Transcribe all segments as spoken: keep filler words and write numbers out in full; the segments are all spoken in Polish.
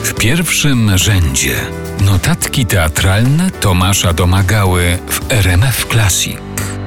W pierwszym rzędzie notatki teatralne Tomasza Domagały w R M F Classic.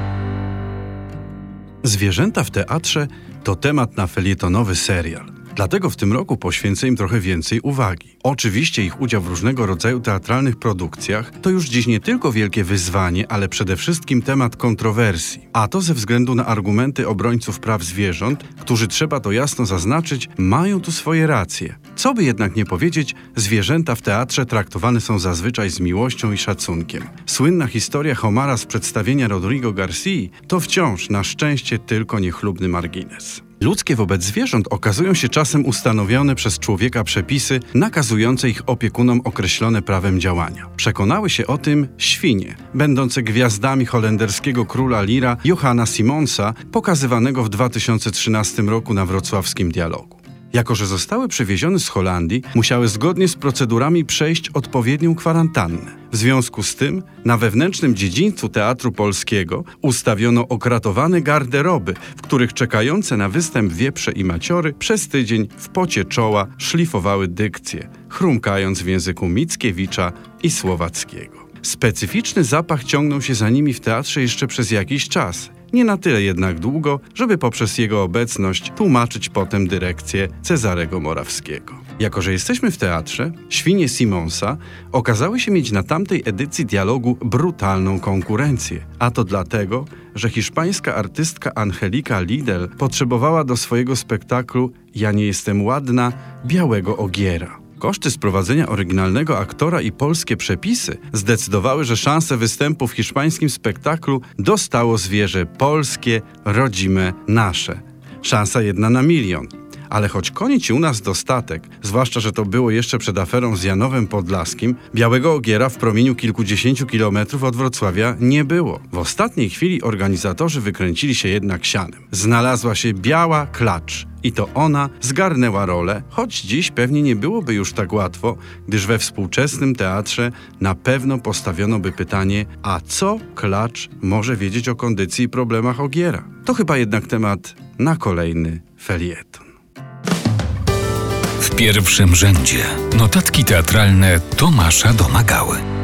Zwierzęta w teatrze to temat na felietonowy serial. Dlatego w tym roku poświęcę im trochę więcej uwagi. Oczywiście ich udział w różnego rodzaju teatralnych produkcjach to już dziś nie tylko wielkie wyzwanie, ale przede wszystkim temat kontrowersji. A to ze względu na argumenty obrońców praw zwierząt, którzy, trzeba to jasno zaznaczyć, mają tu swoje racje. Co by jednak nie powiedzieć, zwierzęta w teatrze traktowane są zazwyczaj z miłością i szacunkiem. Słynna historia homara z przedstawienia Rodrigo Garcii to wciąż, na szczęście, tylko niechlubny margines. Ludzkie wobec zwierząt okazują się czasem ustanowione przez człowieka przepisy nakazujące ich opiekunom określone prawem działania. Przekonały się o tym świnie, będące gwiazdami holenderskiego króla Lira Johanna Simonsa, pokazywanego w dwa tysiące trzynastym roku na wrocławskim Dialogu. Jako że zostały przywiezione z Holandii, musiały zgodnie z procedurami przejść odpowiednią kwarantannę. W związku z tym na wewnętrznym dziedzińcu Teatru Polskiego ustawiono okratowane garderoby, w których czekające na występ wieprze i maciory przez tydzień w pocie czoła szlifowały dykcję, chrumkając w języku Mickiewicza i Słowackiego. Specyficzny zapach ciągnął się za nimi w teatrze jeszcze przez jakiś czas. Nie na tyle jednak długo, żeby poprzez jego obecność tłumaczyć potem dyrekcję Cezarego Morawskiego. Jako że jesteśmy w teatrze, świnie Simonsa okazały się mieć na tamtej edycji Dialogu brutalną konkurencję. A to dlatego, że hiszpańska artystka Angelika Lidl potrzebowała do swojego spektaklu Ja nie jestem ładna białego ogiera. Koszty sprowadzenia oryginalnego aktora i polskie przepisy zdecydowały, że szansę występu w hiszpańskim spektaklu dostało zwierzę polskie, rodzime, nasze. Szansa jedna na milion. Ale choć koni ci u nas dostatek, zwłaszcza, że to było jeszcze przed aferą z Janowem Podlaskim, białego ogiera w promieniu kilkudziesięciu kilometrów od Wrocławia nie było. W ostatniej chwili organizatorzy wykręcili się jednak sianem. Znalazła się biała klacz. I to ona zgarnęła rolę, choć dziś pewnie nie byłoby już tak łatwo, gdyż we współczesnym teatrze na pewno postawiono by pytanie, a co klacz może wiedzieć o kondycji i problemach ogiera? To chyba jednak temat na kolejny felieton. W pierwszym rzędzie notatki teatralne Tomasza Domagały.